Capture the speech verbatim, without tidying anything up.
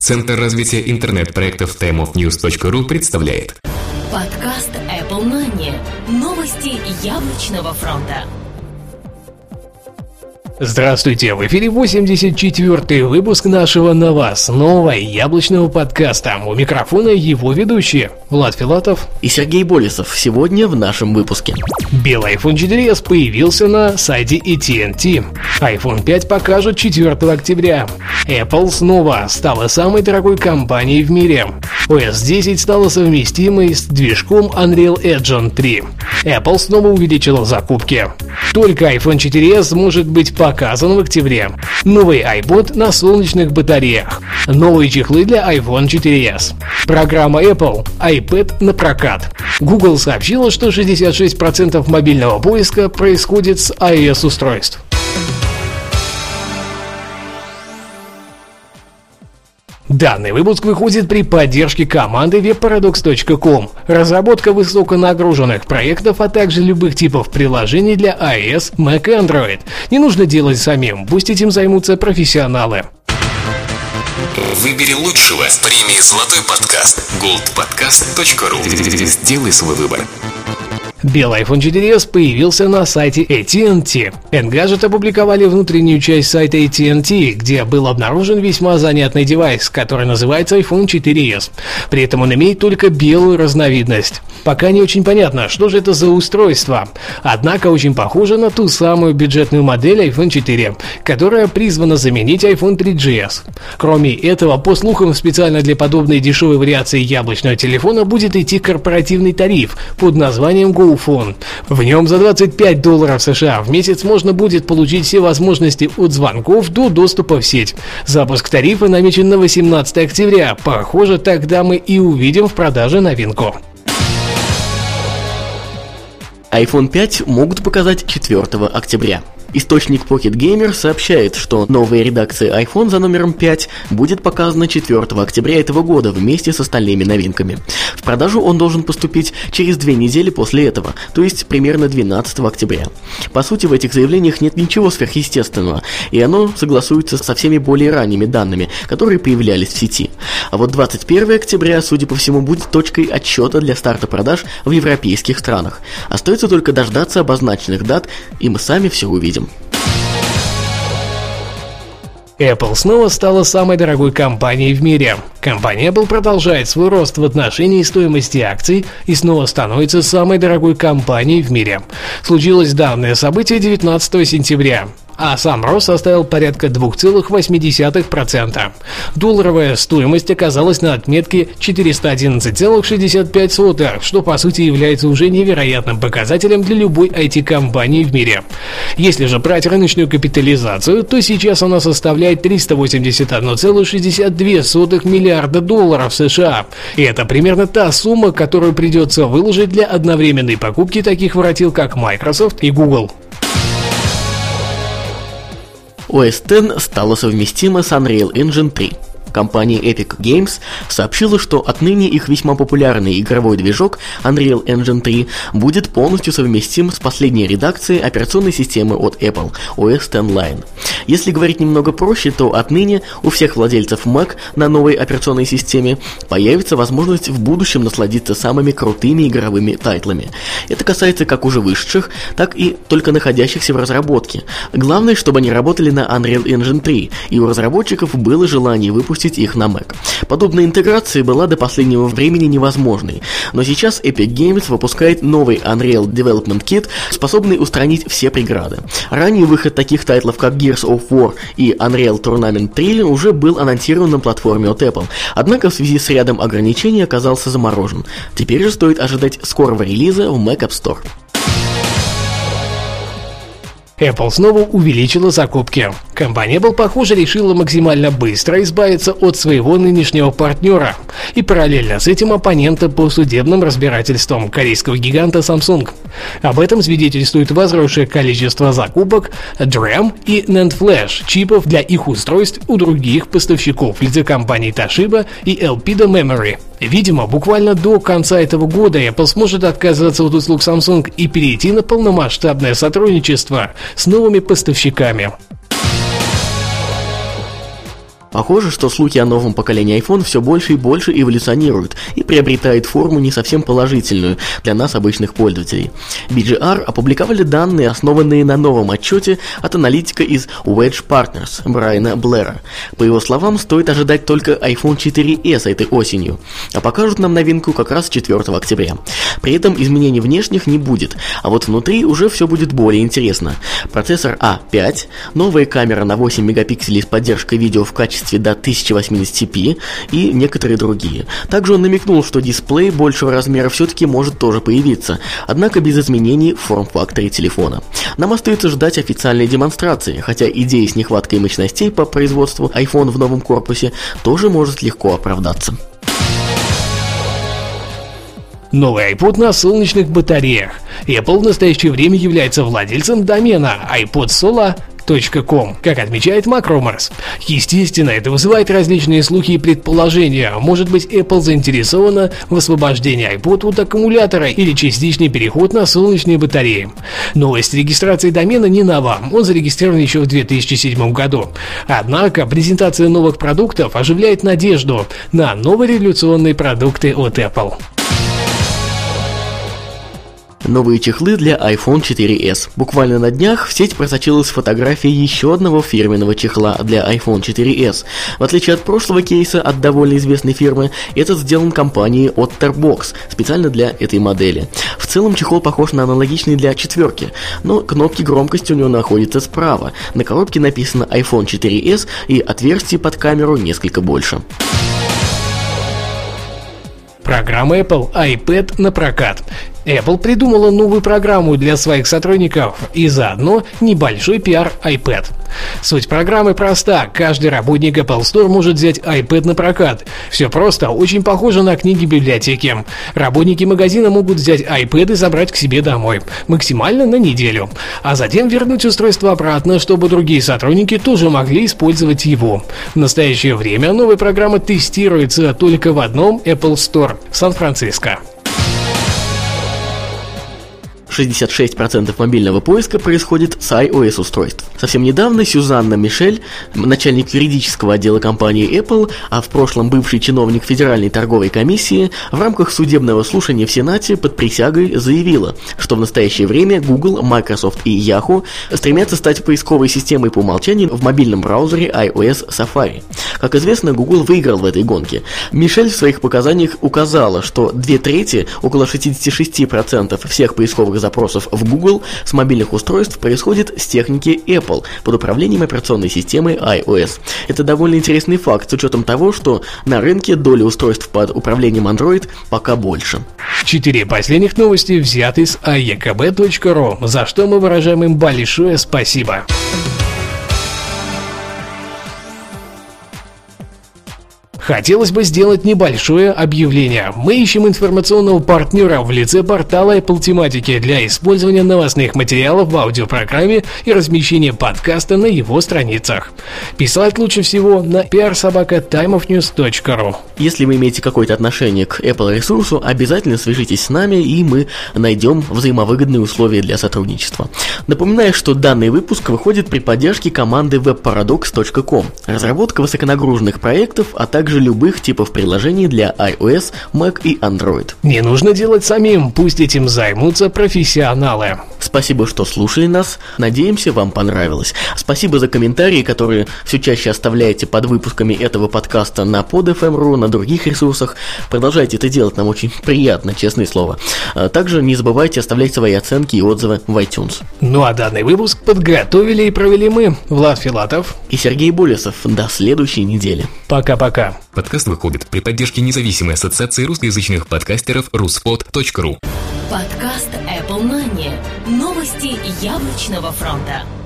Центр развития интернет-проектов тайм оф ньюс точка ру представляет подкаст Apple Money. Новости яблочного фронта. Здравствуйте, в эфире восемьдесят четвёртый выпуск нашего новостного яблочного подкаста. У микрофона его ведущие Влад Филатов и Сергей Болесов. Сегодня в нашем выпуске. Белый айфон четыре эс появился на сайте эй ти энд ти. айфон пять покажут четвёртого октября. Apple снова стала самой дорогой компанией в мире. о эс десять стала совместимой с движком Unreal Engine три. Apple снова увеличила закупки. Только айфон четыре эс может быть показан в октябре. Новый iPod на солнечных батареях. Новые чехлы для айфон четыре эс. Программа Apple iPad на прокат. Google сообщила, что шестьдесят шесть процентов мобильного поиска происходит с iOS-устройств. Данный выпуск выходит при поддержке команды веб парадокс точка ком. Разработка высоконагруженных проектов, а также любых типов приложений для iOS, Mac и Android. Не нужно делать самим, пусть этим займутся профессионалы. Выбери лучшего с премией «Золотой подкаст» голд подкаст точка ру. Сделай свой выбор. Белый айфон четыре эс появился на сайте эй ти энд ти. Engadget опубликовали внутреннюю часть сайта эй ти энд ти, где был обнаружен весьма занятный девайс, который называется айфон четыре эс. При этом он имеет только белую разновидность. Пока не очень понятно, что же это за устройство. Однако очень похоже на ту самую бюджетную модель айфон четыре, которая призвана заменить айфон три джи эс. Кроме этого, по слухам, специально для подобной дешевой вариации яблочного телефона будет идти корпоративный тариф под названием Go Phone. В нем за двадцать пять долларов США в месяц можно будет получить все возможности от звонков до доступа в сеть. Запуск тарифа намечен на восемнадцатого октября. Похоже, тогда мы и увидим в продаже новинку. айфон пять могут показать четвёртого октября. Источник Pocket Gamer сообщает, что новая редакция iPhone за номером пять будет показана четвёртого октября этого года вместе с остальными новинками. В продажу он должен поступить через две недели после этого, то есть примерно двенадцатого октября. По сути, в этих заявлениях нет ничего сверхъестественного, и оно согласуется со всеми более ранними данными, которые появлялись в сети. А вот двадцать первого октября, судя по всему, будет точкой отсчета для старта продаж в европейских странах. Остается только дождаться обозначенных дат, и мы сами все увидим. Apple снова стала самой дорогой компанией в мире. Компания Apple продолжает свой рост в отношении стоимости акций и снова становится самой дорогой компанией в мире. Случилось данное событие девятнадцатого сентября. А сам рост составил порядка два целых восемь десятых процента. Долларовая стоимость оказалась на отметке четыреста одиннадцать целых шестьдесят пять сотых, что по сути является уже невероятным показателем для любой ай ти-компании в мире. Если же брать рыночную капитализацию, то сейчас она составляет триста восемьдесят один целых шестьдесят две сотых миллиарда долларов США. И это примерно та сумма, которую придется выложить для одновременной покупки таких воротил, как Microsoft и Google. о эс десять стала совместима с Unreal Engine три. Компания Epic Games сообщила, что отныне их весьма популярный игровой движок Unreal Engine три будет полностью совместим с последней редакцией операционной системы от Apple о эс X Line. Если говорить немного проще, то отныне у всех владельцев Mac на новой операционной системе появится возможность в будущем насладиться самыми крутыми игровыми тайтлами. Это касается как уже вышедших, так и только находящихся в разработке. Главное, чтобы они работали на Unreal Engine три, и у разработчиков было желание выпустить их на Mac. Подобная интеграция была до последнего времени невозможной, но сейчас Epic Games выпускает новый Unreal Development Kit, способный устранить все преграды. Ранее выход таких тайтлов, как Gears of War и Unreal Tournament три, уже был анонсирован на платформе от Apple, однако в связи с рядом ограничений оказался заморожен. Теперь же стоит ожидать скорого релиза в Mac App Store. Apple снова увеличила закупки. Компания Apple, похоже, решила максимально быстро избавиться от своего нынешнего партнера и параллельно с этим оппонента по судебным разбирательствам корейского гиганта Samsung. Об этом свидетельствует возросшее количество закупок драм и нэнд Flash чипов для их устройств у других поставщиков в лице компаний Toshiba и Elpida Memory. Видимо, буквально до конца этого года Apple сможет отказаться от услуг Samsung и перейти на полномасштабное сотрудничество с новыми поставщиками. Похоже, что слухи о новом поколении iPhone все больше и больше эволюционируют и приобретают форму не совсем положительную для нас, обычных пользователей. би джи ар опубликовали данные, основанные на новом отчете от аналитика из Wedge Partners Брайана Блэра. По его словам, стоит ожидать только iPhone четыре эс этой осенью, а покажут нам новинку как раз четвёртого октября. При этом изменений внешних не будет, а вот внутри уже все будет более интересно. Процессор а пять, новая камера на восемь мегапикселей с поддержкой видео в качестве до тысяча восемьдесят пи и некоторые другие. Также он намекнул, что дисплей большего размера все-таки может тоже появиться, однако без изменений в форм-факторе телефона. Нам остается ждать официальной демонстрации, хотя идея с нехваткой мощностей по производству iPhone в новом корпусе тоже может легко оправдаться. Новый iPod на солнечных батареях. Apple в настоящее время является владельцем домена ай под сола точка ком, как отмечает Macromers. Естественно, это вызывает различные слухи и предположения. Может быть, Apple заинтересована в освобождении iPod от аккумулятора или частичный переход на солнечные батареи. Новость регистрации домена не нова, он зарегистрирован еще в две тысячи седьмом году. Однако, презентация новых продуктов оживляет надежду на новые революционные продукты от Apple. Новые чехлы для iPhone четыре эс. Буквально на днях в сеть просочилась фотография еще одного фирменного чехла для iPhone четыре эс. В отличие от прошлого кейса от довольно известной фирмы, этот сделан компанией Otterbox, специально для этой модели. В целом чехол похож на аналогичный для четверки, но кнопки громкости у него находятся справа. На коробке написано iPhone четыре эс и отверстий под камеру несколько больше. Программа Apple iPad на прокат. Apple придумала новую программу для своих сотрудников и заодно небольшой пиар iPad. Суть программы проста. Каждый работник Apple Store может взять iPad на прокат. Все просто, очень похоже на книги библиотеки. Работники магазина могут взять iPad и забрать к себе домой. Максимально на неделю. А затем вернуть устройство обратно, чтобы другие сотрудники тоже могли использовать его. В настоящее время новая программа тестируется только в одном Apple Store в Сан-Франциско. шестьдесят шесть процентов мобильного поиска происходит с iOS устройств. Совсем недавно Сюзанна Мишель, начальник юридического отдела компании Apple, а в прошлом бывший чиновник Федеральной торговой комиссии, в рамках судебного слушания в Сенате под присягой заявила, что в настоящее время Google, Microsoft и Yahoo стремятся стать поисковой системой по умолчанию в мобильном браузере iOS Safari. Как известно, Google выиграл в этой гонке. Мишель в своих показаниях указала, что две трети, около шестьдесят шесть процентов всех поисковых запросов в Google с мобильных устройств происходит с техники Apple под управлением операционной системы iOS. Это довольно интересный факт с учетом того, что на рынке доля устройств под управлением Android пока больше. Четыре последних новости взяты с эй и ка бэ точка ру, за что мы выражаем им большое спасибо. Хотелось бы сделать небольшое объявление. Мы ищем информационного партнера в лице портала Apple тематики для использования новостных материалов в аудиопрограмме и размещения подкаста на его страницах. Писать лучше всего на пи ар собака тайм оф ньюс точка ру. Если вы имеете какое-то отношение к Apple ресурсу, обязательно свяжитесь с нами, и мы найдем взаимовыгодные условия для сотрудничества. Напоминаю, что данный выпуск выходит при поддержке команды веб парадокс точка ком. Разработка высоконагруженных проектов, а также любых типов приложений для iOS, Mac и Android. Не нужно делать самим, пусть этим займутся профессионалы. Спасибо, что слушали нас. Надеемся, вам понравилось. Спасибо за комментарии, которые все чаще оставляете под выпусками этого подкаста на под эф эм точка ру, на других ресурсах. Продолжайте это делать, нам очень приятно, честное слово. Также не забывайте оставлять свои оценки и отзывы в iTunes. Ну а данный выпуск подготовили и провели мы, Влад Филатов и Сергей Болесов. До следующей недели. Пока-пока. Подкаст выходит при поддержке независимой ассоциации русскоязычных подкастеров руспод точка ру. Подкаст Apple Money. Новости яблочного фронта.